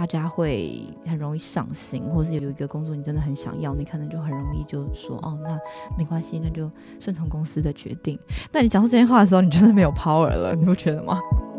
大家会很容易上心，或是有一个工作你真的很想要，你可能就很容易就说哦，那没关系，那就顺从公司的决定。但你讲出这些话的时候，你真的没有 power 了，你不觉得吗？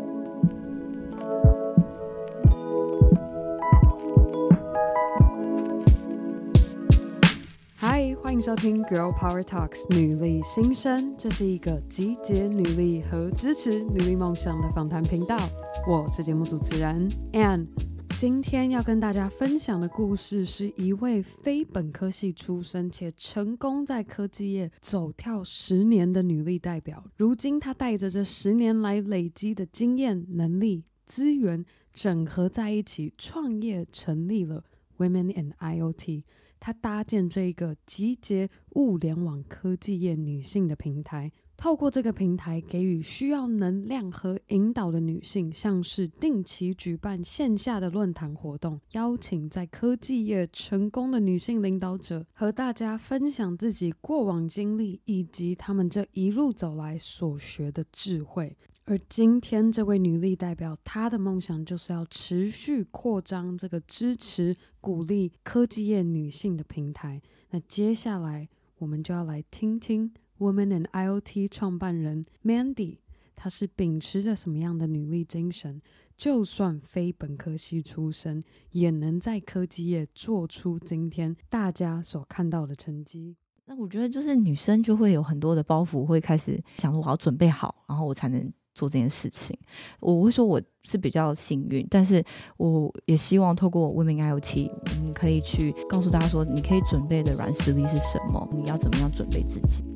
嗨，欢迎收听 Girl Power Talks 女力新生，这是一个集结女力和支持女力梦想的访谈频道。我是节目主持人 Ann。今天要跟大家分享的故事是一位非本科系出身且成功在科技业走跳10年的女力代表。如今她带着这10年来累积的经验、能力、资源整合在一起，创业成立了 Women in IoT。她搭建这个集结物联网科技业女性的平台，透过这个平台给予需要能量和引导的女性，像是定期举办线下的论坛活动，邀请在科技业成功的女性领导者和大家分享自己过往经历以及他们这一路走来所学的智慧。而今天这位女力代表，她的梦想就是要持续扩张这个支持鼓励科技业女性的平台。那接下来我们就要来听听 Women in IoT 创办人 Mandy， 她是秉持着什么样的女力精神，就算非本科系出身，也能在科技业做出今天大家所看到的成绩。 那我觉得就是女生就会有很多的包袱，会开始想说我要准备好，然后我才能做这件事情。我会说我是比较幸运，但是我也希望透过 Women IoT 我们可以去告诉大家说，你可以准备的软实力是什么，你要怎么样准备自己。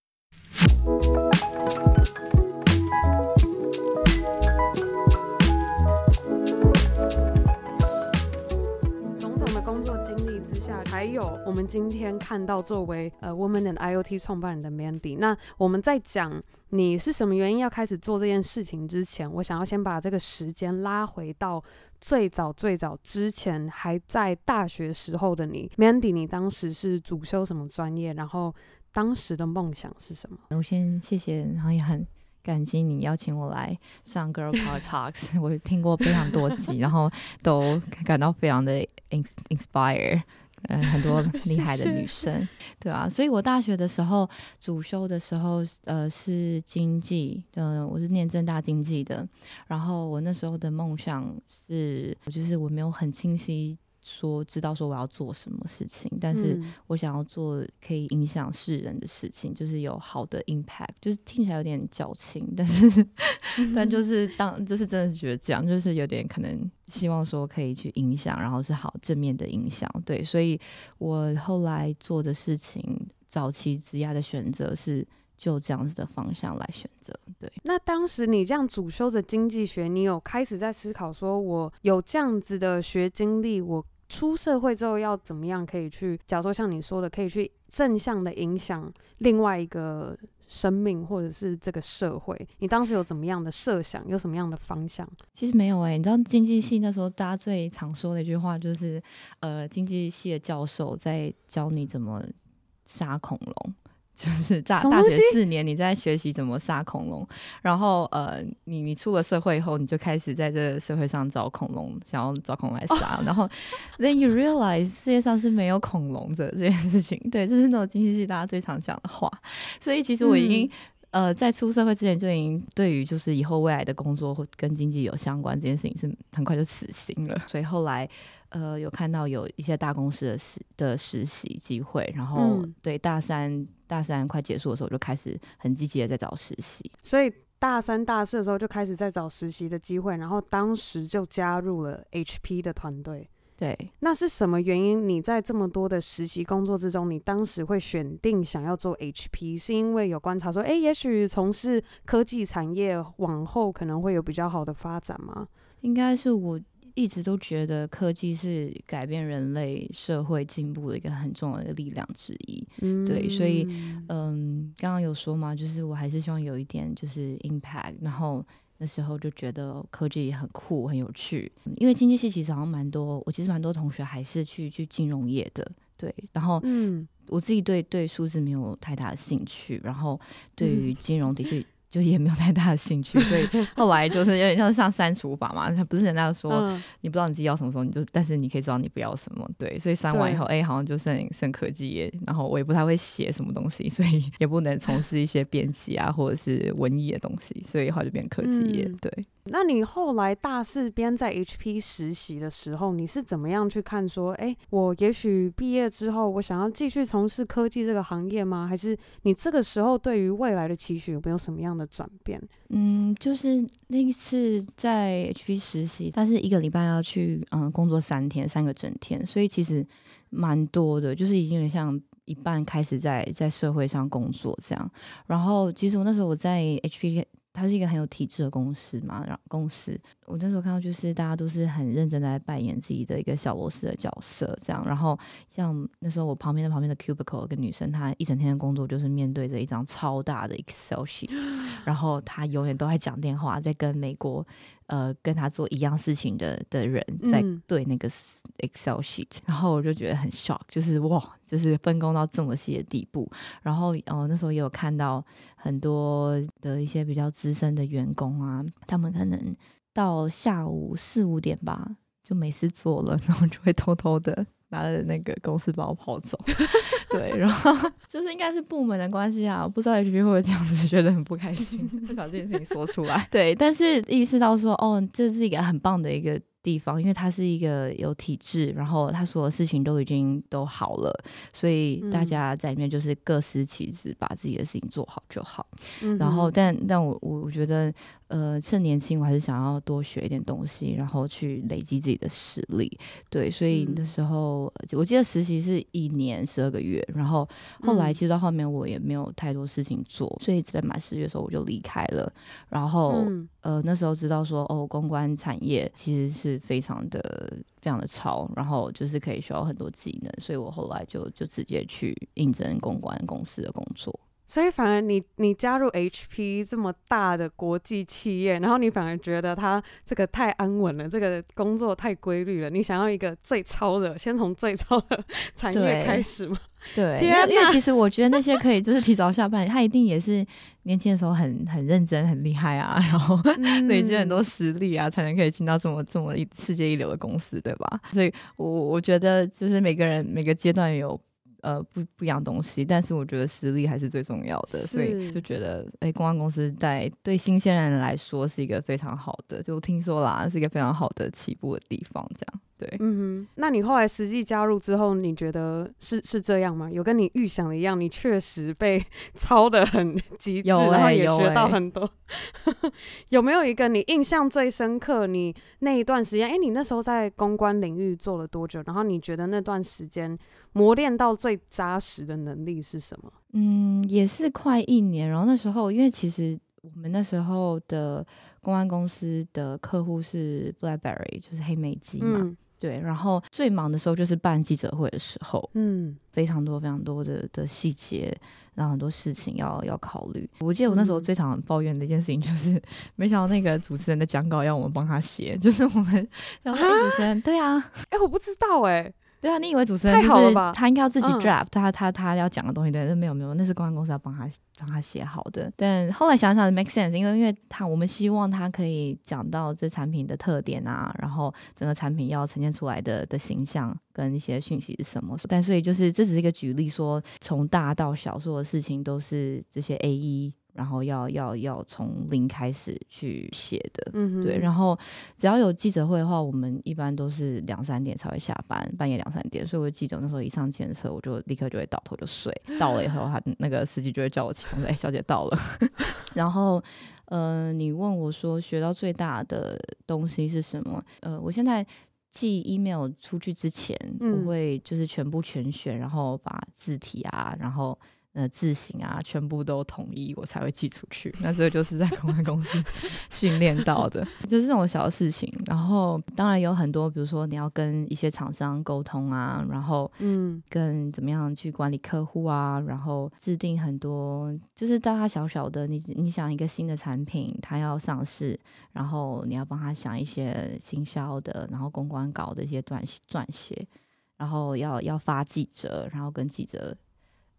工作经历之下，还有我们今天看到作为Women and IoT 创办人的 Mandy。 那我们在讲你是什么原因要开始做这件事情之前，我想要先把这个时间拉回到最早之前，还在大学时候的你。 Mandy， 你当时是主修什么专业，然后当时的梦想是什么？ 我先谢谢，然后也很感激你邀请我来上 Girl Power Talks 我听过非常多集然后都感到非常的 inspire，很多厉害的女生谢谢对啊，所以我大学的时候主修的时候是经济，我是念政大经济的。然后我那时候的梦想是，就是我没有很清晰知道说我要做什么事情，但是我想要做可以影响世人的事情，就是有好的 impact， 就是听起来有点矫情，但是但就是就是真的是觉得这样，就是有点可能希望说可以去影响，然后是好正面的影响。对，所以我后来做的事情，早期职业的选择是就这样子的方向来选择。对， 那当时你这样主修的经济学，你有开始在思考说，我有这样子的学经历，我出社会之后要怎么样可以去，假如说像你说的，可以去正向的影响另外一个生命或者是这个社会，你当时有怎么样的设想，有什么样的方向？ 其实没有你知道经济系那时候大家最常说的一句话就是经济系的教授在教你怎么杀恐龙，就是大学4年你在学习怎么杀恐龙，然后你出了社会以后，你就开始在这个社会上找恐龙，想要找恐龙来杀然后 then you realize 世界上是没有恐龙的这件事情。对，这是那种经济系大家最常讲的话。所以其实我已经在出社会之前就已经对于就是以后未来的工作或跟经济有相关这件事情是很快就死心了。所以后来有看到有一些大公司的实习机会，然后对大三快结束的时候就开始很积极的在找实习。 所以大3大4的时候就开始在找实习的机会，然后当时就加入了 HP 的团队。 对， 那是什么原因你在这么多的实习工作之中，你当时会选定想要做 HP？ 是因为有观察说也许从事科技产业往后可能会有比较好的发展吗？ 应该是我一直都觉得科技是改变人类社会进步的一个很重要的力量之一。对，所以刚刚有说嘛，就是我还是希望有一点就是 impact， 然后那时候就觉得科技也很酷很有趣。因为经济系其实好像我其实蛮多同学还是去金融业的。对，然后我自己对数字没有太大的兴趣，然后对于金融的确就也没有太大的兴趣，所以后来就是有点像上删除法嘛，不是人家说你不知道你自己要什么时候，但是你可以知道你不要什么，对，所以删完以后，好像就剩科技业，然后我也不太会写什么东西，所以也不能从事一些编辑啊或者是文艺的东西，所以后来就变科技业，对。 那你后来大四边在 HP 实习的时候，你是怎么样去看说，我也许毕业之后我想要继续从事科技这个行业吗？还是你这个时候对于未来的期许有没有什么样的转变？ 就是那一次在 HP 实习，但是一个礼拜要去工作3个整天，所以其实蛮多的，就是已经有点像一半开始在社会上工作这样。然后其实我那时候我在 HP，它是一个很有体制的公司嘛，我那时候看到就是大家都是很认真的在扮演自己的一个小螺丝的角色这样，然后像那时候我旁边的 cubicle 有个女生，她一整天的工作就是面对着一张超大的 Excel sheet， 然后她永远都在讲电话，在跟美国跟她做一样事情的人在对那个 Excel sheet，然后我就觉得很 shock， 就是哇，就是分工到这么细的地步。然后那时候也有看到很多的一些比较资深的员工啊，他们可能到下午4、5点吧就没事做了，然后就会偷偷的拿着那个公司包跑走对，然后就是应该是部门的关系啊，我不知道 HP 会不会这样子觉得很不开心把这件事情说出来对，但是意识到说这是一个很棒的一个地方，因为它是一个有体制，然后它所有事情都已经都好了，所以大家在里面就是各司其职，把自己的事情做好就好。然后但我觉得趁年轻我还是想要多学一点东西，然后去累积自己的实力。对，所以那时候我记得实习是1年12个月，然后后来其实到后面我也没有太多事情做，所以在满10月的时候我就离开了。然后那时候知道说公关产业其实是非常的潮，然后就是可以学到很多技能，所以我后来就直接去应征公关公司的工作。 所以反而你加入 HP 这么大的国际企业，然后你反而觉得它这个太安稳了，这个工作太规律了，你想要一个最超的，先从最超的产业开始吗？ 对，因为其实我觉得那些可以就是提早下班，他一定也是年轻的时候很认真很厉害啊，然后累积很多实力啊，才能可以进到这么世界一流的公司，对吧？所以我觉得就是每个人每个阶段有不一样东西，但是我觉得实力还是最重要的，所以就觉得公关公司对新鲜人来说是一个非常好的，就听说啦是一个非常好的起步的地方这样。对， 那你后来实际加入之后，你觉得是这样吗？有跟你预想的一样，你确实被操得很极致，然后也学到很多有没有一个你印象最深刻，你那一段时间你那时候在公关领域做了多久，然后你觉得那段时间磨练到最扎实的能力是什么？ 也是快1年，然后那时候因为其实我们那时候的公关公司的客户是 BlackBerry， 就是黑莓机嘛，对，然后最忙的时候就是办记者会的时候，非常多的细节，然后很多事情要考虑。我记得我那时候最常抱怨的一件事情就是，没想到那个主持人的讲稿要我们帮他写，就是我们然后主持人对啊， 我不知道对啊，你以为主持人就是他应该要自己 draft，他要讲的东西，但是没有，那是公关公司要帮他写好的。但后来想想 make sense， 因为我们希望他可以讲到这产品的特点啊，然后整个产品要呈现出来的形象跟一些讯息是什么。但所以就是这只是一个举例，说从大到小所有的事情都是这些 AE。然后要从零开始去写的，对。然后只要有记者会的话，我们一般都是2、3点才会下班，半夜2、3点。所以我记得那时候一上前车，我就立刻就会倒头就睡。到了以后，他那个司机就会叫我起床，说：“小姐到了。”然后你问我说学到最大的东西是什么？我现在寄 email 出去之前，我会就是全部全选，然后把字体啊，然后字型啊全部都统一，我才会寄出去。那这个就是在公关公司训练到的，就是这种小事情。然后当然有很多，比如说你要跟一些厂商沟通啊，然后跟怎么样去管理客户啊，然后制定很多就是大大小小的，你想一个新的产品它要上市，然后你要帮他想一些行销的，然后公关稿的一些撰写，然后要发记者，然后跟记者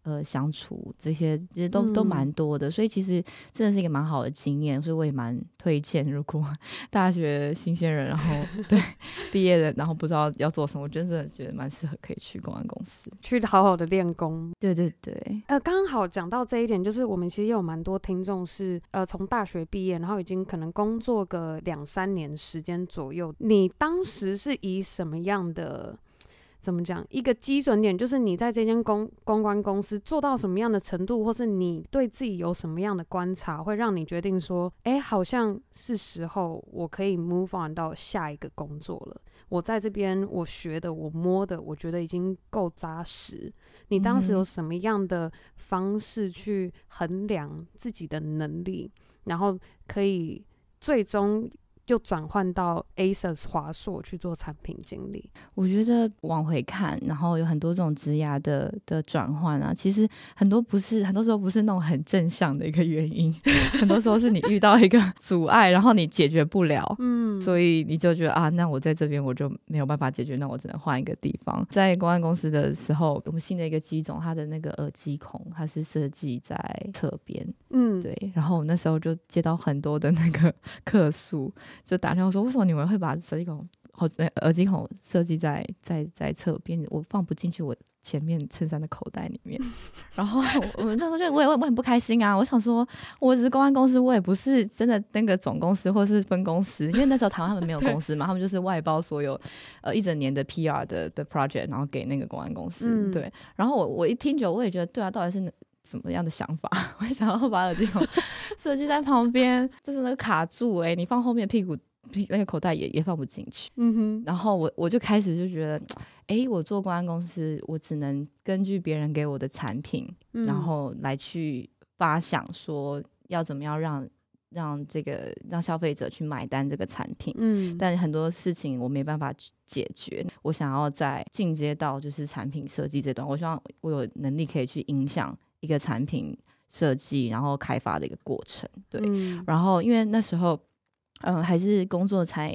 相处，这些都蛮多的，所以其实真的是一个蛮好的经验，所以我也蛮推荐，如果大学新鲜人然后对毕业的然后不知道要做什么，我真的觉得蛮适合可以去公关公司去好好的练功。 对对对， 刚好讲到这一点，就是我们其实也有蛮多听众是从大学毕业，然后已经可能工作个2-3年时间左右。你当时是以什么样的怎么讲一个基准点，就是你在这间公关公司做到什么样的程度，或是你对自己有什么样的观察，会让你决定说好像是时候我可以 move on 到下一个工作了，我在这边我学的我摸的我觉得已经够扎实。你当时有什么样的方式去衡量自己的能力，然后可以最终又转换到 ASUS 华硕去做产品经理？ 我觉得往回看，然后有很多这种职涯的转换啊，其实很多时候不是那种很正向的一个原因，很多时候是你遇到一个阻碍，然后你解决不了，所以你就觉得那我在这边我就没有办法解决，那我只能换一个地方。在公关公司的时候，我们新的一个机种，它的那个耳机孔它是设计在侧边，对，然后我那时候就接到很多的那个客诉，就打电话说为什么你们会把耳机孔设计在侧边，我放不进去我前面衬衫的口袋里面。然后我那时候就我很不开心啊，我想说我只是公关公司，我也不是真的那个总公司或是分公司，因为那时候台湾他们没有公司嘛，他们就是外包所有一整年的 PR 的 project 然后给那个公关公司，对。然后我一听久我也觉得对啊，到底是什么样的想法？我想要把耳机孔设计在旁边，就是那个卡住你放后面屁股那个口袋也放不进去。然后我就开始就觉得我做公关公司，我只能根据别人给我的产品，然后来去发想说要怎么样让消费者去买单这个产品。但很多事情我没办法解决，我想要再进阶到就是产品设计这段，我希望我有能力可以去影响一个产品设计然后开发的一个过程。对，然后因为那时候还是工作才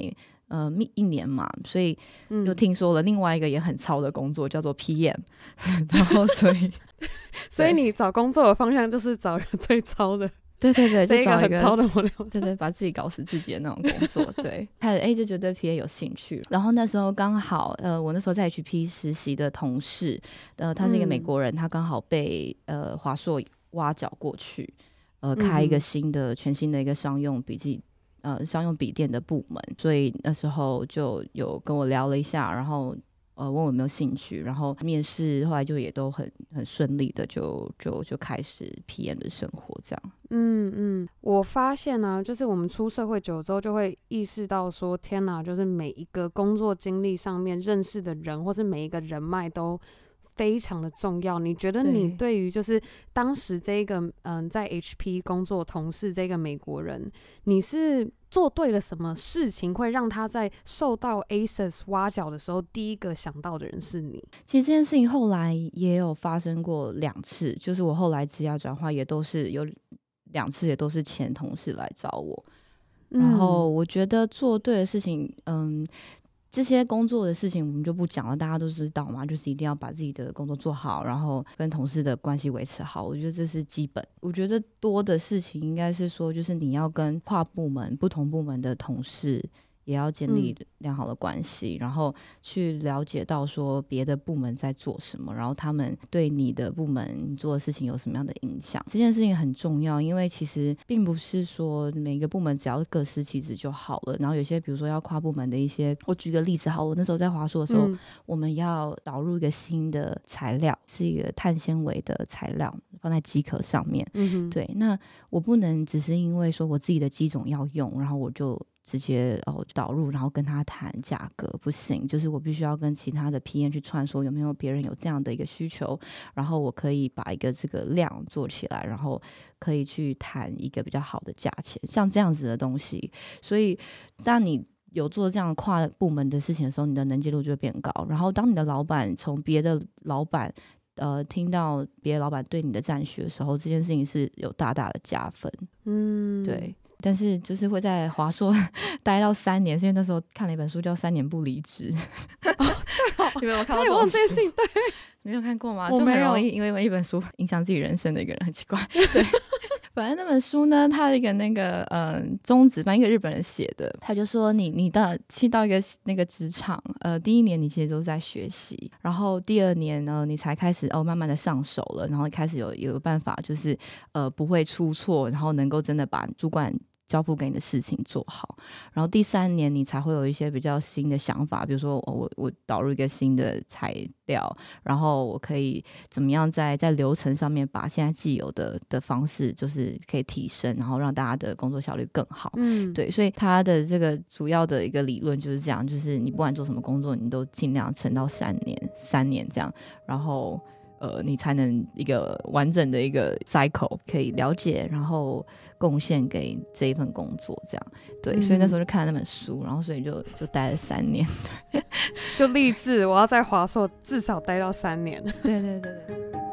1年嘛，所以又听说了另外一个也很糙的工作叫做 PM 然后所以你找工作的方向就是找一个最糙的， 对对对， 就找一个很糙的模特， 对对，把自己搞死自己的那种工作。对，开始就觉得 PA 有兴趣，然后那时候刚好我那时候在 HP 实习的同事他是一个美国人，他刚好被华硕挖角过去开一个全新的一个商用笔电的部门，所以那时候就有跟我聊了一下，然后问我有没有兴趣，然后面试后来就也都很顺利的就开始 PM 的生活这样。 我发现啊，就是我们出社会久之后就会意识到说，天哪，就是每一个工作经历上面认识的人或是每一个人脉都非常的重要。你觉得你对于就是当时这个在 HP 工作同事这个美国人，你是做对了什么事情会让他在受到 ASUS 挖角的时候第一个想到的人是你？ 其实这件事情后来也有发生过2次，就是我后来职涯转换也都是有2次也都是前同事来找我。然后我觉得做对的事情这些工作的事情我们就不讲了，大家都知道嘛，就是一定要把自己的工作做好，然后跟同事的关系维持好，我觉得这是基本。我觉得多的事情应该是说，就是你要跟跨部门不同部门的同事也要建立良好的关系，然后去了解到说别的部门在做什么，然后他们对你的部门做的事情有什么样的影响。这件事情很重要，因为其实并不是说每个部门只要各司其职就好了，然后有些比如说要跨部门的一些，我举个例子好，我那时候在华硕的时候，我们要导入一个新的材料，是一个碳纤维的材料放在机壳上面。对，那我不能只是因为说我自己的机种要用，然后我就直接导入，然后跟他谈价格，不行，就是我必须要跟其他的 PM 去串说有没有别人有这样的一个需求，然后我可以把一个这个量做起来，然后可以去谈一个比较好的价钱，像这样子的东西。所以当你有做这样跨部门的事情的时候，你的能见度就会变高，然后当你的老板从别的老板听到别的老板对你的赞许的时候，这件事情是有大大的加分。对，但是就是会在华硕待到3年，是因为那时候看了一本书叫《3年不离职》。你们有看到这种书？对， 你没有看过吗？ 我没有， 就很容易因为一本书影响自己人生的一个人，很奇怪。对，反正那本书呢，它有一个那个宗旨，反正一个日本人写的，他就说你到一个那个职场，第一年你其实都在学习，然后第二年呢，你才开始慢慢的上手了，然后开始有办法，就是不会出错，然后能够真的把主管交付给你的事情做好，然后第三年你才会有一些比较新的想法，比如说我导入一个新的材料，然后我可以怎么样在流程上面把现在既有的方式就是可以提升，然后让大家的工作效率更好。对，所以他的这个主要的一个理论就是这样，就是你不管做什么工作，你都尽量撑到3年这样，然后你才能一个完整的一个 cycle 可以了解，然后贡献给这一份工作这样。对，所以那时候就看了那本书，然后所以就待了3年就立志我要在华硕至少待到3年。 对对对对。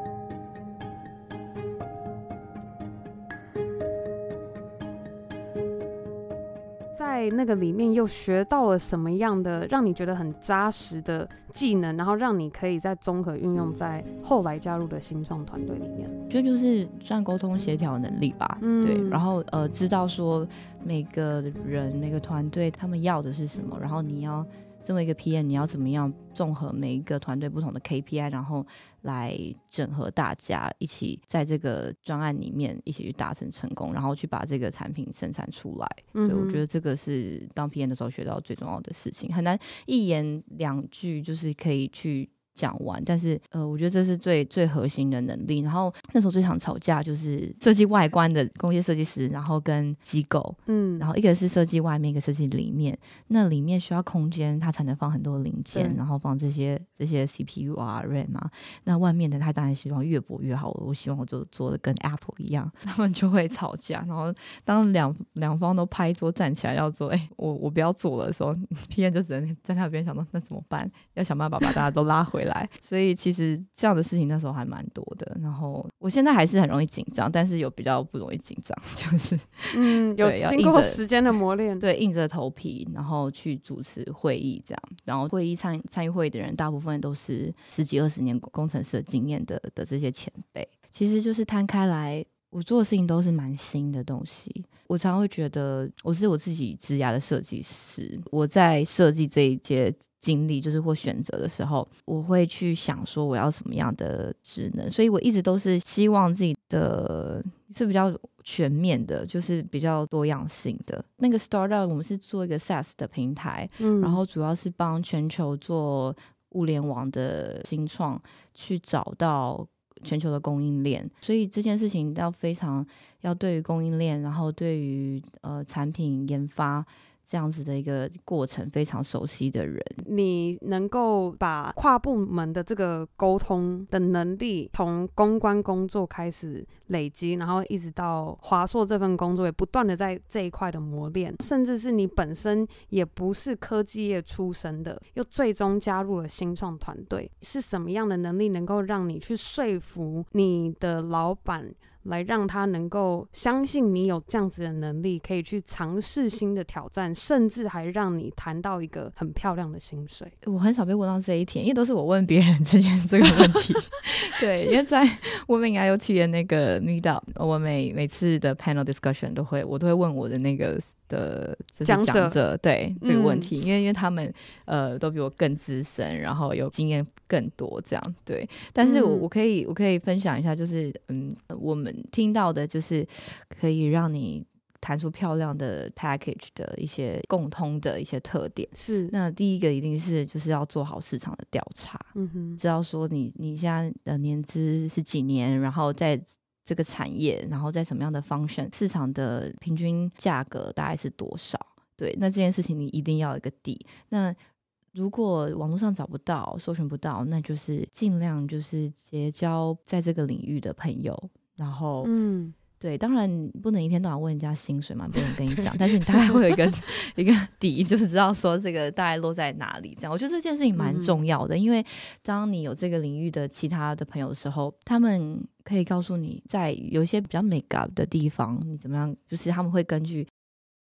在那个里面又学到了什么样的让你觉得很扎实的技能，然后让你可以再综合运用在后来加入的新创团队里面？ 我觉得就是像沟通协调能力吧。对，然后知道说每个人每个团队他们要的是什么，然后你要身为一个 PM 你要怎么样综合每一个团队不同的 KPI， 然后来整合大家一起在这个专案里面一起去达成成功，然后去把这个产品生产出来。对，我觉得这个是当 PM 的时候学到最重要的事情，很难一言两句就是可以去讲完，但是我觉得这是最核心的能力。然后那时候最常吵架就是设计外观的工业设计师，然后跟机构，然后一个是设计外面，一个设计里面。那里面需要空间，它才能放很多零件，然后放这些 CPU 啊 RAM 啊。那外面的他当然希望越薄越好，我希望我就做的跟 Apple 一样，他们就会吵架。然后当两方都拍桌站起来要做，我不要做了的时候，PM 就只能在那边想说那怎么办，要想办法把大家都拉回来。所以其实这样的事情那时候还蛮多的。然后我现在还是很容易紧张，但是有比较不容易紧张，就是有经过时间的磨练， 对，硬着头皮然后去主持会议这样。然后会议参与会议的人大部分都是10几20年工程师的经验的这些前辈。其实就是摊开来我做的事情都是蛮新的东西。我常常会觉得我是我自己职涯的设计师，我在设计这一届经历就是或选择的时候，我会去想说我要什么样的职能，所以我一直都是希望自己的是比较全面的，就是比较多样性的。那个 startup 我们是做一个 SaaS 的平台，然后主要是帮全球做物联网的新创去找到全球的供应链，所以这件事情要对于供应链，然后对于产品研发这样子的一个过程非常熟悉的人。 你能够把跨部门的这个沟通的能力从公关工作开始累积，然后一直到华硕这份工作也不断的在这一块的磨练，甚至是你本身也不是科技业出身的，又最终加入了新创团队，是什么样的能力能够让你去说服你的老板，来让他能够相信你有这样子的能力，可以去尝试新的挑战，甚至还让你谈到一个很漂亮的薪水？ 我很少被问到这一点，因为都是我问别人这个问题。对，因为在 Women IoT 的那个 Meetup， 我每次的 panel discussion 我都会问我的那个的就是讲者对这个问题，因为他们都比我更资深，然后有经验更多这样。对，但是我可以分享一下，就是我们听到的就是可以让你谈出漂亮的 package 的一些共通的一些特点。 是， 那第一个一定是就是要做好市场的调查，知道说你现在的年资是几年，然后在这个产业，然后在什么样的 function， 市场的平均价格大概是多少。对，那这件事情你一定要有一个底。那如果网络上找不到，搜寻不到，那就是尽量就是结交在这个领域的朋友，然后对，当然不能一天到晚问人家薪水嘛，没人跟你讲，但是你大概会有一个底，就是知道说这个大概落在哪里这样。我觉得这件事情蛮重要的，因为当你有这个领域的其他的朋友的时候，他们可以告诉你在有一些比较 make up 的地方你怎么样，就是他们会根据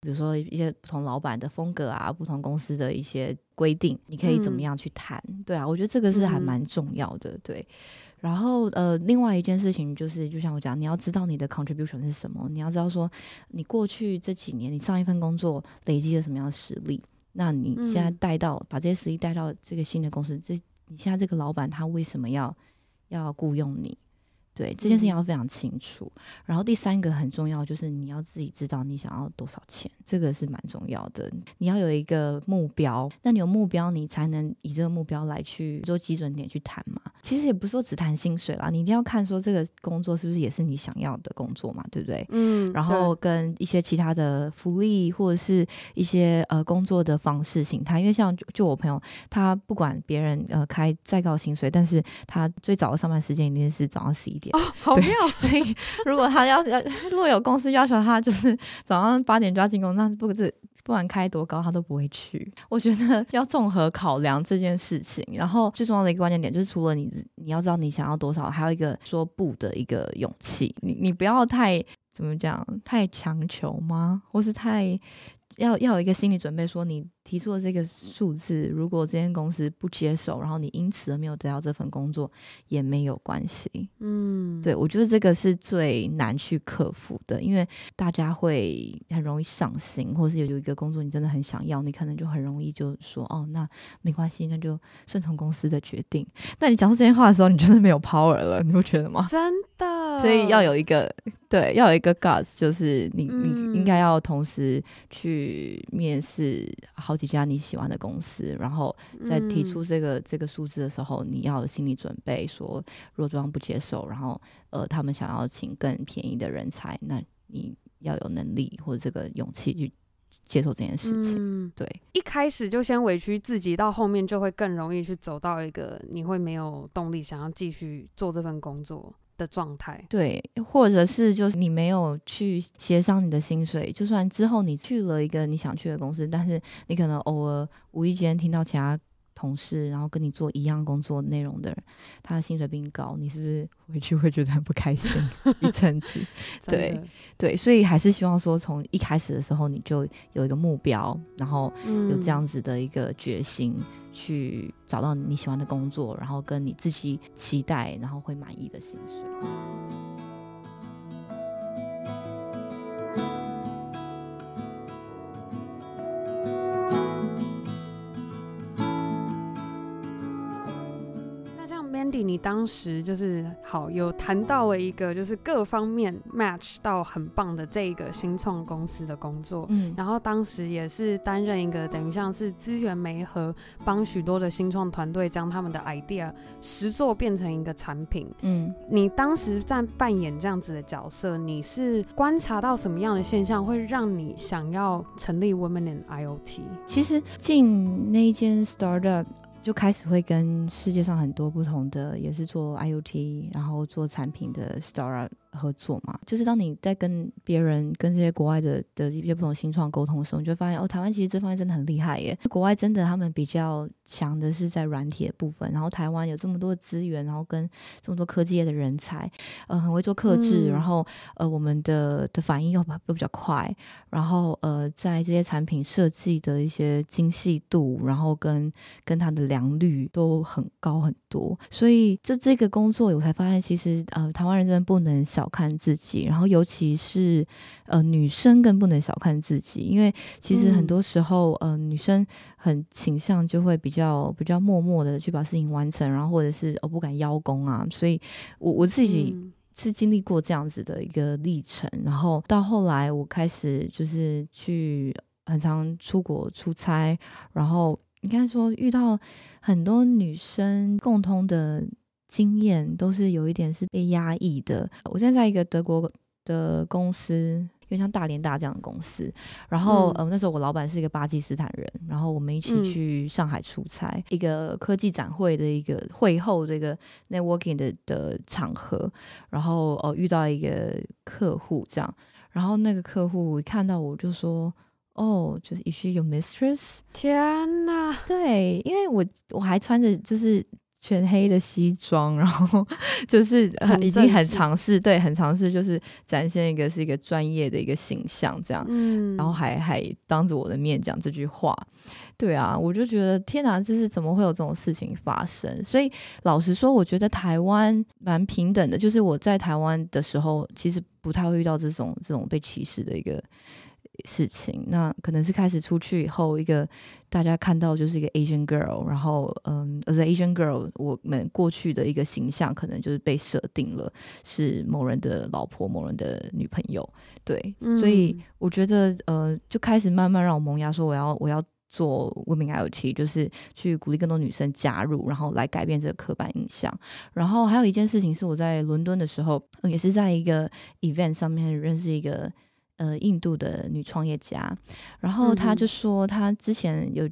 比如说一些不同老板的风格啊，不同公司的一些规定，你可以怎么样去谈。对啊，我觉得这个是还蛮重要的。对，然后另外一件事情就是，就像我讲，你要知道你的 contribution 是什么，你要知道说你过去这几年你上一份工作累积了什么样的实力，那你现在把这些实力带到这个新的公司，你现在这个老板他为什么要雇佣你？对，这件事情要非常清楚。然后第三个很重要，就是你要自己知道你想要多少钱，这个是蛮重要的。你要有一个目标，那你有目标，你才能以这个目标来去做基准点去谈嘛。其实也不是说只谈薪水啦，你一定要看说这个工作是不是也是你想要的工作嘛，对不对？然后跟一些其他的福利或者是一些工作的方式形态，因为像就我朋友，他不管别人开再高薪水，但是他最早的上班时间一定是早上11点。 好妙！ 所以如果他如果有公司要求他就是早上8点就要进公司，那不管开多高他都不会去。我觉得要综合考量这件事情。然后最重要的一个关键点就是，除了你要知道你想要多少，还有一个说不的一个勇气。你不要太怎么讲，太强求吗？或是太要有一个心理准备，说你提出的这个数字，如果这间公司不接受，然后你因此而没有得到这份工作，也没有关系。对，我觉得这个是最难去克服的，因为大家会很容易上心，或是有一个工作你真的很想要，你可能就很容易就说哦，那没关系，那就顺从公司的决定。那你讲出这些话的时候，你就是没有 power 了，你不觉得吗？ 真的， 所以要有一个 guts， 就是你应该要同时去面试好几家你喜欢的公司，然后在提出这个数字的时候，你要有心理准备，说如果对方不接受，然后他们想要请更便宜的人才，那你要有能力或者这个勇气去接受这件事情。对， 一开始就先委屈自己，到后面就会更容易去走到一个你会没有动力想要继续做这份工作的状态。 对，或者是就是你没有去协商你的薪水，就算之后你去了一个你想去的公司，但是你可能偶尔无意间听到其他同事然后跟你做一样工作内容的人，他的薪水比你高，你是不是回去会觉得很不开心一阵子？对，所以还是希望说从一开始的时候你就有一个目标，然后有这样子的一个决心，去找到你喜欢的工作，然后跟你自己期待然后会满意的薪水。 你当时就是有谈到了一个就是各方面 match 到很棒的这个新创公司的工作，然后当时也是担任一个等于像是资源媒合，帮许多的新创团队将他们的 idea 实作变成一个产品。你当时在扮演这样子的角色，你是观察到什么样的现象会让你想要成立 Women in IoT？ 其实进那一间 startup就开始会跟世界上很多不同的也是做 IoT 然后做产品的 startup 合作嘛，就是当你在跟别人跟这些国外的一些不同新创沟通的时候，你就会发现台湾其实这方面真的很厉害耶。国外真的他们比较强的是在软体的部分，然后台湾有这么多的资源，然后跟这么多科技业的人才，很会做客制，然后我们的反应又比较快，然后在这些产品设计的一些精细度，然后跟它的良率都很高很多。所以这个工作我才发现，其实台湾人真的不能小看自己，然后尤其是女生更不能小看自己，因为其实很多时候女生很倾向就会比较默默的去把事情完成，然后或者是不敢邀功啊，所以我自己是经历过这样子的一个历程，然后到后来我开始就是去很常出国出差，然后应该说遇到很多女生共通的经验都是有一点是被压抑的。我现在在一个德国的公司，有点像大连大这样的公司，然后那时候我老板是一个巴基斯坦人，然后我们一起去上海出差，一个科技展会的一个会后这个 networking 的场合，然后遇到一个客户这样，然后那个客户看到我就说就是 Is she your mistress？ 天哪！ 对，因为我还穿着就是全黑的西装，然后就是已经很尝试，对，很尝试就是展现是一个专业的一个形象这样，然后还当着我的面讲这句话。对啊，我就觉得天哪，就是怎么会有这种事情发生？所以老实说，我觉得台湾蛮平等的，就是我在台湾的时候，其实不太会遇到这种被歧视的一个事情。那可能是开始出去以后，一个大家看到就是一个 Asian girl， 然后as a Asian girl， 我们过去的一个形象可能就是被设定了是某人的老婆、某人的女朋友，对，所以我觉得就开始慢慢让我萌芽，说我要做 Women IoT， 就是去鼓励更多女生加入，然后来改变这个刻板印象。然后还有一件事情是我在伦敦的时候，也是在一个 event 上面认识一个印度的女创业家，然后她就说她之前有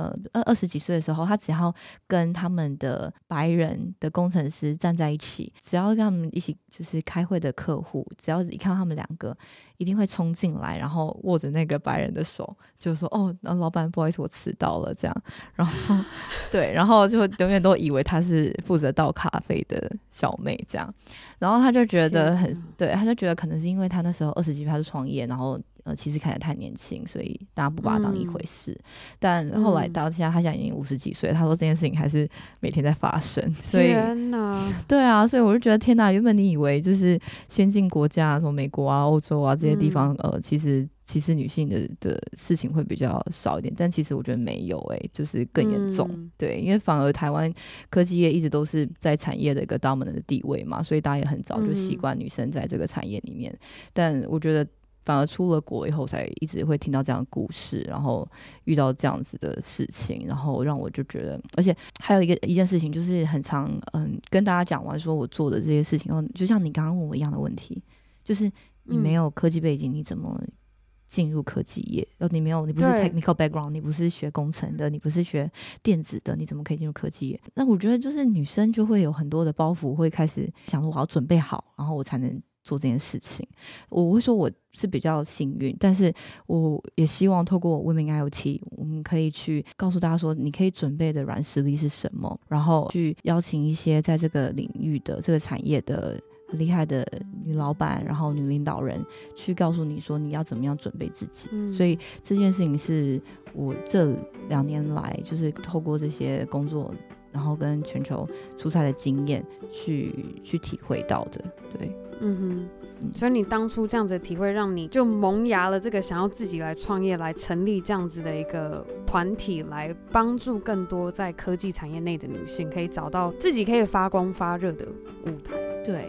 20几岁的时候，他只要跟他们的白人的工程师站在一起，只要跟他们一起就是开会的客户，只要一看到他们两个一定会冲进来，然后握着那个白人的手就说哦，老板不好意思我迟到了这样，然后对，然后就永远都以为他是负责倒咖啡的小妹这样，然后他就觉得对，他就觉得可能是因为他那时候20几岁他就创业，然后其实看起来太年轻，所以大家不把他当一回事。但后来到现在，他现在已经50几岁，他说这件事情还是每天在发生。所以天哪， 对啊，所以我就觉得天哪，原本你以为就是先进国家，什么美国啊、欧洲啊这些地方，其实歧视女性的事情会比较少一点，但其实我觉得没有就是更严重。对，因为反而台湾科技业一直都是在产业的一个 dominant 的地位嘛，所以大家也很早就习惯女生在这个产业里面。但我觉得反而出了国以后才一直会听到这样的故事，然后遇到这样子的事情，然后让我就觉得，而且还有一件事情就是很常跟大家讲完说我做的这些事情，就像你刚刚问我一样的问题，就是你没有科技背景，你怎么进入科技业？你不是 technical background， 你不是学工程的，你不是学电子的，你怎么可以进入科技业？那我觉得就是女生就会有很多的包袱，会开始想说我要准备好，然后我才能做这件事情。我会说我是比较幸运，但是我也希望透过 Women IoT， 我们可以去告诉大家说你可以准备的软实力是什么，然后去邀请一些在这个领域的这个产业的很厉害的女老板，然后女领导人去告诉你说你要怎么样准备自己。所以这件事情是我这2年来就是透过这些工作，然后跟全球出差的经验去体会到的。对， 所以你当初这样子的体会，让你就萌芽了这个想要自己来创业，来成立这样子的一个团体，来帮助更多在科技产业内的女性可以找到自己可以发光发热的舞台。 对。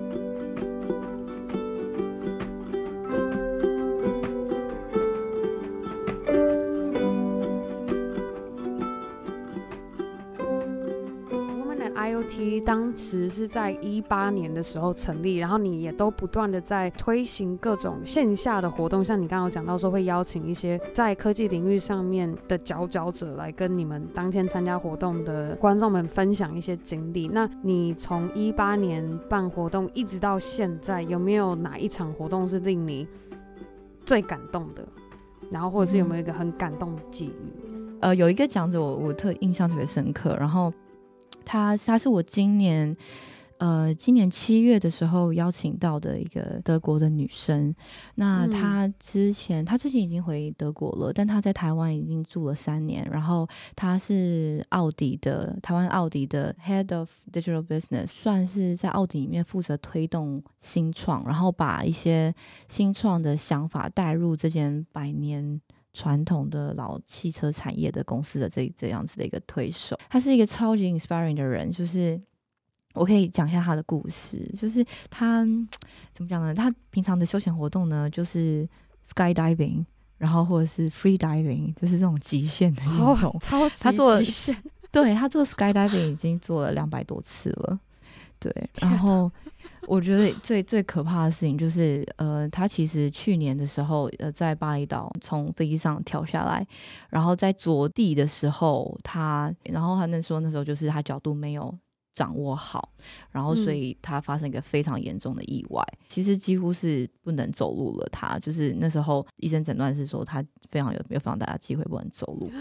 IoT 当时是在2018年的时候成立，然后你也都不断的在推行各种线下的活动，像你刚刚有讲到说会邀请一些在科技领域上面的佼佼者来跟你们当天参加活动的观众们分享一些经历。那你从2018年办活动一直到现在，有没有哪一场活动是令你最感动的？然后或者是有没有一个很感动的际遇？ 有一个讲者我印象特别深刻，然后他是我今年7月的时候邀请到的一个德国的女生。那她最近已经回德国了，但她在台湾已经住了3年，然后她是台湾奥迪的 Head of Digital Business， 算是在奥迪里面负责推动新创，然后把一些新创的想法带入这间100年传统的老汽车产业的公司的这样子的一个推手。他是一个超级 inspiring 的人，就是我可以讲一下他的故事。就是他怎么讲呢，他平常的休闲活动呢就是 skydiving， 然后或者是 free diving， 就是这种极限的运动， 超级极限。 对，他做 skydiving 已经做了200多次了。对，然后我觉得最可怕的事情就是他其实去年的时候在巴厘岛从飞机上跳下来，然后在着地的时候然后他那时候就是他角度没有掌握好，然后所以他发生一个非常严重的意外，其实几乎是不能走路了。他就是那时候医生诊断是说他有非常大的机会不能走路。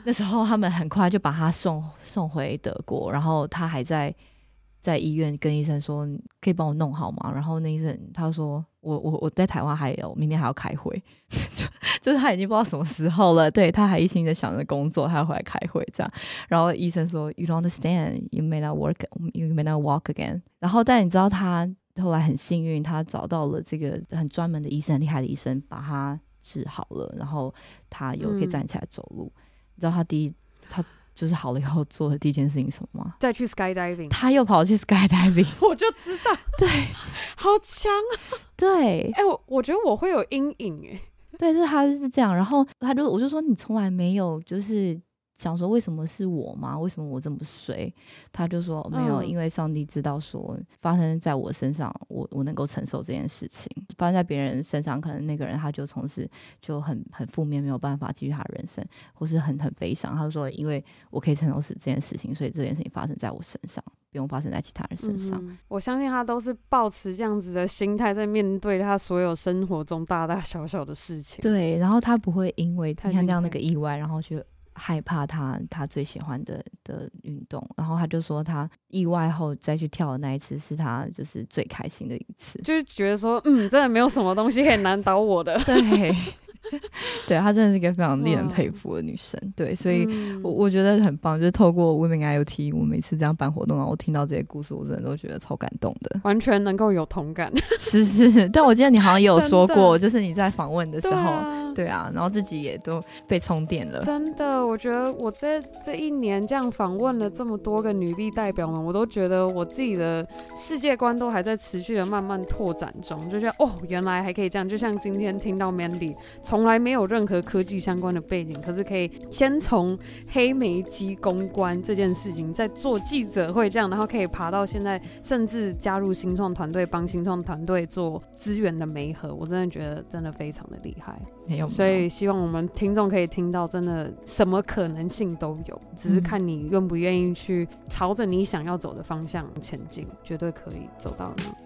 那时候他们很快就把他送回德国，然后他还在医院跟医生说可以帮我弄好吗？然后那医生他说我在台湾明天还要开会就是他已经不知道什么时候了，对，他还一心的想着工作，他要回来开会这样。然后医生说 You don't understand, you may not walk again。 然后但你知道他后来很幸运，他找到了这个很专门的医生，很厉害的医生把他治好了，然后他可以站起来走路。你知道他就是好了以后做的第一件事情是什么吗？ 再去 skydiving。 他又跑去 skydiving 我就知道， 对， 好强啊！ 对， 我觉得我会有阴影对，他是这样。然后我就说你从来没有就是想说为什么是我吗？为什么我这么衰？他就说没有，因为上帝知道说发生在我身上，我能够承受这件事情。发生在别人身上，可能那个人他就从此就很负面，没有办法继续他的人生，或是很悲伤。他就说因为我可以承受这件事情，所以这件事情发生在我身上，不用发生在其他人身上。 我相信他都是抱持这样子的心态在面对他所有生活中大大小小的事情。 对，然后他不会因为你看这样那个意外，然后去害怕他最喜欢的运动。然后他就说他意外后再去跳的那一次是他就是最开心的一次， 就是觉得说真的没有什么东西可以难倒我的。 对对，她真的是一个非常令人佩服的女生。对，所以我觉得很棒，就是透过 Women IoT 我每次这样办活动，然后我听到这些故事，我真的都觉得超感动的， 完全能够有同感。 是，但我记得你好像也有说过，就是你在访问的时候， 对啊，然后自己也都被充电了。 真的，我觉得我这一年这样访问了这么多个女力代表们，我都觉得我自己的世界观都还在持续的慢慢拓展中，就觉得原来还可以这样。就像今天听到 Mandy 从来没有任何科技相关的背景，可是可以先从黑莓机公关这件事情，再做记者会这样，然后可以爬到现在，甚至加入新创团队，帮新创团队做资源的媒合，我真的觉得真的非常的厉害。 没有， 所以希望我们听众可以听到，真的什么可能性都有，只是看你愿不愿意去朝着你想要走的方向前进，绝对可以走到那。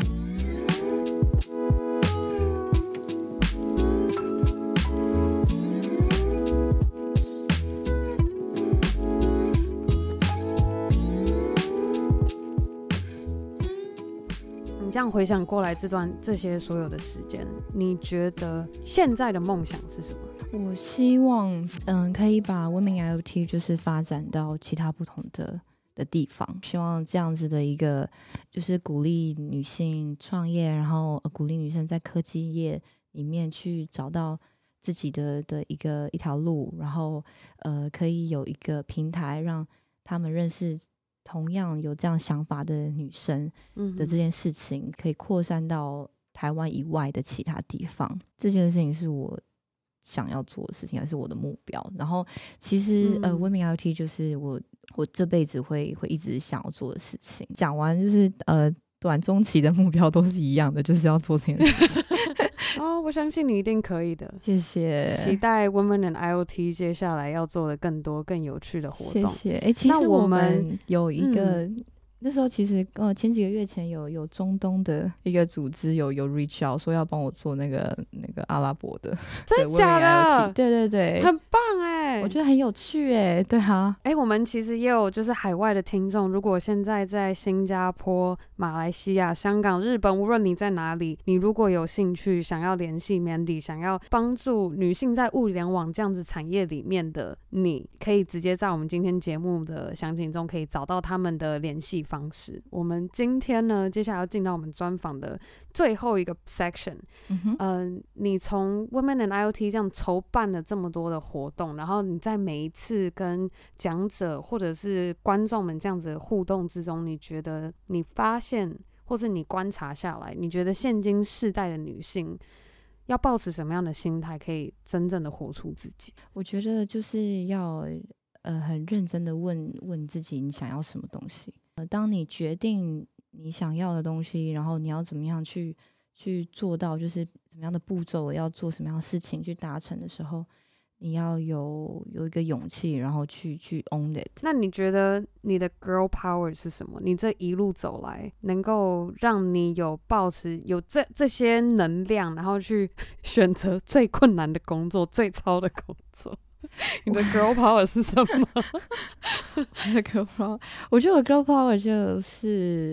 你这样回想过来这些所有的时间，你觉得现在的梦想是什么？ 我希望可以把 Women IoT 就是发展到其他不同的地方，希望这样子的一个就是鼓励女性创业，然后鼓励女生在科技业里面去找到自己的一条路，然后可以有一个平台让他们认识同样有这样想法的女生的这件事情，可以扩散到台湾以外的其他地方。这件事情是我想要做的事情，还是我的目标。然后其实Women IoT 就是我这辈子会一直想要做的事情。讲完就是短中期的目标都是一样的，就是要做这件事情。 我相信你一定可以的， 谢谢。 期待 Women and IoT 接下来要做的更多更有趣的活动。 谢谢。其实我们有一个那时候其实前几个月前有中东的一个组织有 reach out 说要帮我做那个阿拉伯的， 真的假的？ 对对对， 很棒我觉得很有趣对啊。 我们其实也有就是海外的听众，如果现在在新加坡、马来西亚、香港、日本，无论你在哪里，你如果有兴趣想要联系 Mandy， 想要帮助女性在物联网这样子产业里面的，你可以直接在我们今天节目的详情中可以找到他们的联系方式。我们今天呢，接下来要进到我们专访的最后一个 section。你从 Women and IoT 这样筹办了这么多的活动，然后你在每一次跟讲者或者是观众们这样子的互动之中，你觉得你发现或是你观察下来，你觉得现今世代的女性要抱持什么样的心态可以真正的活出自己？ 我觉得就是要很认真的问自己你想要什么东西。当你决定你想要的东西，然后你要怎么样去做到，就是什么样的步骤要做什么样的事情去达成的时候，你要有一个勇气，然后去 own it。 那你觉得你的 girl power 是什么？你这一路走来能够让你有抱持有这些能量，然后去选择最困难的工作、最糙的工作？ 你的 girl power 是什么？ 我的 girl power， 我觉得我 girl power 就是，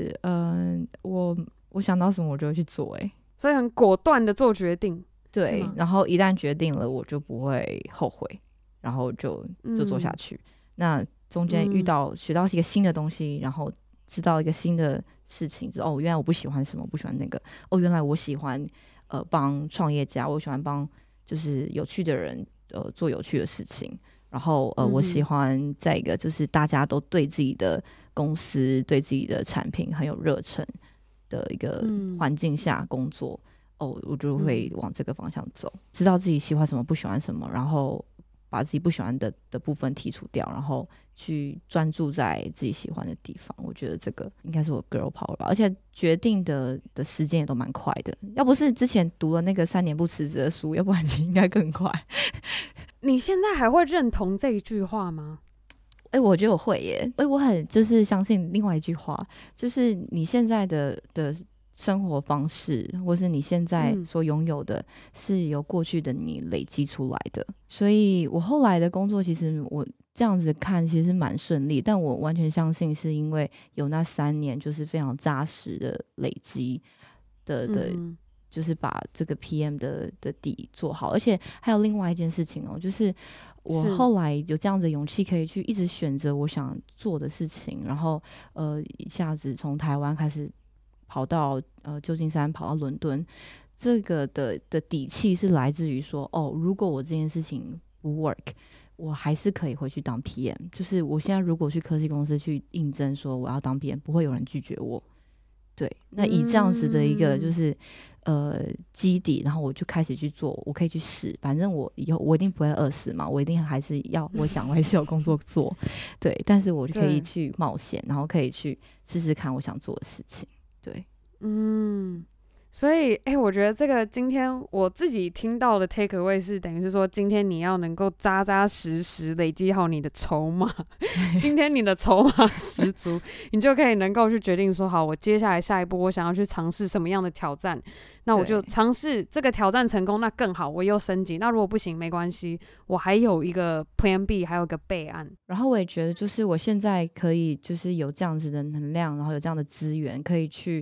我想到什么我就会去做、 所以很果断的做决定。 对，然后一旦决定了，我就不会后悔，然后就做下去。那中间学到一个新的东西，然后知道一个新的事情，就原来我不喜欢什么，不喜欢那个。原来我喜欢帮创业家，我喜欢帮就是有趣的人做有趣的事情。然后我喜欢在一个就是大家都对自己的公司、对自己的产品很有热忱的一个环境下工作。我就会往这个方向走，知道自己喜欢什么不喜欢什么，然后把自己不喜欢的部分剔除掉，然后去专注在自己喜欢的地方。我觉得这个应该是我 girl power 吧，而且决定的时间也都蛮快的，要不是之前读了那个3年不辞职的书，要不然应该更快。 你现在还会认同这一句话吗？ 我觉得我会耶。我很就是相信另外一句话，就是你现在的生活方式，或是你现在所拥有的，是由过去的你累积出来的。所以我后来的工作，其实我这样子看，其实蛮顺利。但我完全相信，是因为有那3年，就是非常扎实的累积的，就是把这个 PM 的底做好。而且还有另外一件事情就是我后来有这样的勇气，可以去一直选择我想做的事情，然后一下子从台湾开始跑到旧金山，跑到伦敦，这个的底气是来自于说，如果我这件事情不 work， 我还是可以回去当 PM。就是我现在如果去科技公司去应征说我要当 PM， 不会有人拒绝我。对，那以这样子的一个就是基底，然后我就开始去做，我可以去试，反正我以后我一定不会饿死嘛，我一定还是要，我还是有工作做，对，但是我就可以去冒险，然后可以去试试看我想做的事情。对， 所以我觉得这个今天我自己听到的 take away 是等于是说，今天你要能够扎扎实实累积好你的筹码，今天你的筹码十足，你就可以能够去决定说，好，我接下来下一步我想要去尝试什么样的挑战，那我就尝试这个挑战成功，那更好，我又升级。那如果不行没关系，我还有一个 Plan B， 还有一个备案。 然后我也觉得就是我现在可以就是有这样子的能量，然后有这样的资源，可以去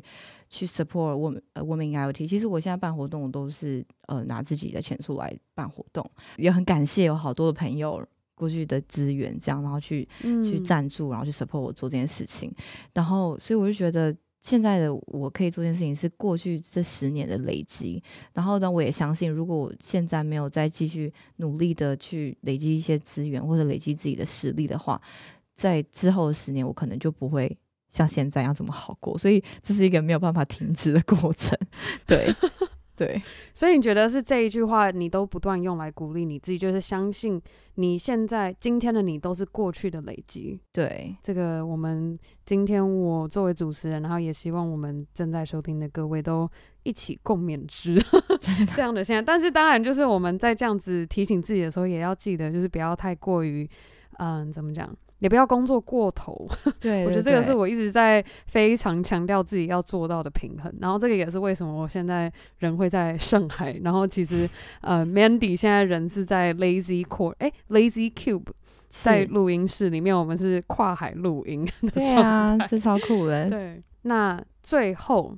support Women in IoT。 其实我现在办活动都是拿自己的钱出来办活动，也很感谢有好多的朋友过去的资源这样，然后去赞助，然后去 support 我做这件事情。然后所以我就觉得现在的我可以做这件事情是过去这10年的累积。然后呢，我也相信如果我现在没有再继续努力的去累积一些资源或者累积自己的实力的话，在之后的10年我可能就不会像现在一样这么好过。所以这是一个没有办法停止的过程。对对， 所以你觉得是这一句话你都不断用来鼓励你自己，就是相信你现在今天的你都是过去的累积。 对， 这个我们今天我作为主持人，然后也希望我们正在收听的各位都一起共勉之这样的现在。但是当然就是我们在这样子提醒自己的时候，也要记得就是不要太过于怎么讲，也不要工作过头。 对， 我觉得这个是我一直在非常强调自己要做到的平衡。然后这个也是为什么我现在人会在上海，然后其实Mandy 现在人是在 Lazy Cube 在录音室里面，我们是跨海录音的状态。 对啊，这超酷的。 对，那最后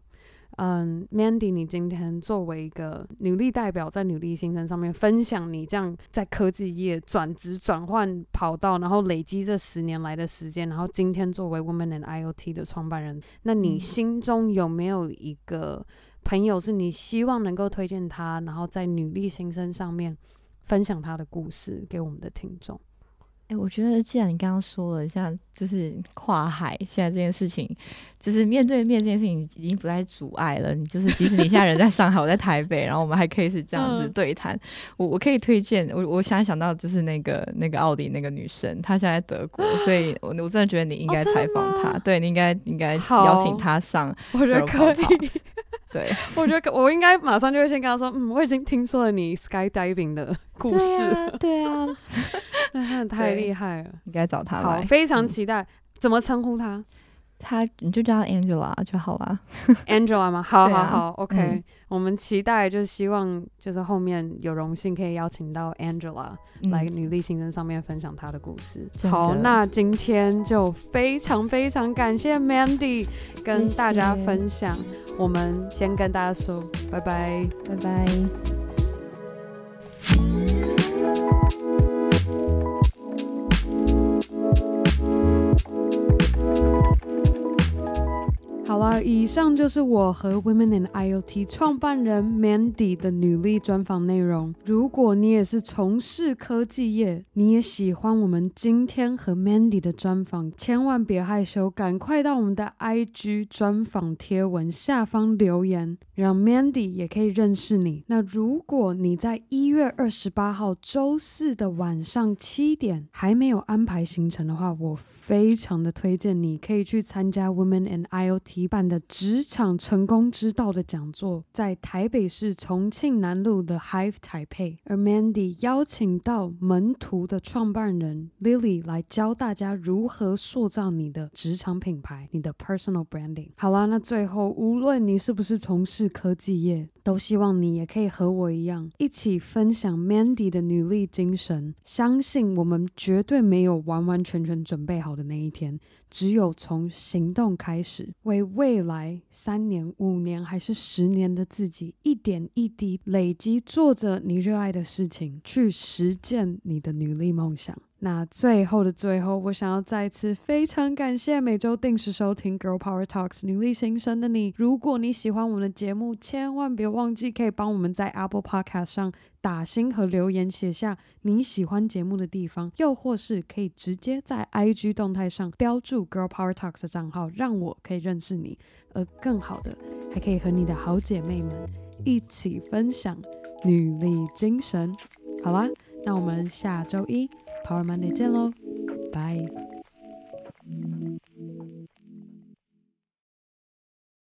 Mandy 你今天作为一个女力代表，在女力新生上面分享你这样在科技业转职转换跑道，然后累积这10年来的时间，然后今天作为 Women in IoT 的创办人，那你心中有没有一个朋友是你希望能够推荐他，然后在女力新生上面分享他的故事给我们的听众？ 我觉得既然你刚刚说了像就是跨海现在这件事情，就是面对面这件事情已经不再阻碍了。你就是即使你现在人在上海我在台北，然后我们还可以是这样子对谈。我可以推荐我想到就是那个奥迪那个女生，她现在在德国，所以我真的觉得你应该采访她。对，你应该邀请她上， 我觉得可以。 对， 我觉得我应该马上就会先跟他说，我已经听说了你 skydiving 的故事。对啊那太厉害了， 应该找他来。 好，非常期待。怎么称呼他？ 你就叫她 Angela 就好啦。 Angela 吗？好好好、 啊、 OK、我们期待就是希望就是后面有荣幸可以邀请到 Angela、来女力新生上面分享她的故事。好，那今天就非常非常感谢 Mandy 跟大家分享，谢谢。我们先跟大家说拜拜， 拜拜。 好了，以上就是我和 Women in IoT 创办人 Mandy 的女力专访内容。如果你也是从事科技业，你也喜欢我们今天和 Mandy 的专访，千万别害羞，赶快到我们的 IG 专访贴文下方留言，让 Mandy 也可以认识你。那如果你在1月28号周四的晚上7点还没有安排行程的话，我非常的推荐你可以去参加 Women in IoT办的职场成功之道的讲座，在台北市重庆南路的 Hive 台北，而 Mandy 邀请到门徒的创办人 Lily 来教大家如何塑造你的职场品牌，你的 personal branding。 好啦，那最后无论你是不是从事科技业，都希望你也可以和我一样一起分享 Mandy 的女力精神，相信我们绝对没有完完全全准备好的那一天，只有从行动开始，为未来3年、5年还是10年的自己一点一滴累积，做着你热爱的事情，去实践你的女力梦想。那最后的最后，我想要再次非常感谢每周定时收听 Girl Power Talks 女力新生的你。如果你喜欢我们的节目，千万别忘记可以帮我们在 Apple Podcast 上打星和留言，写下你喜欢节目的地方，又或是可以直接在 IG 动态上标注 Girl Power Talks 的账号，让我可以认识你。而更好的，还可以和你的好姐妹们一起分享女力精神。好啦，那我们下周一Power Monday 见咯，拜。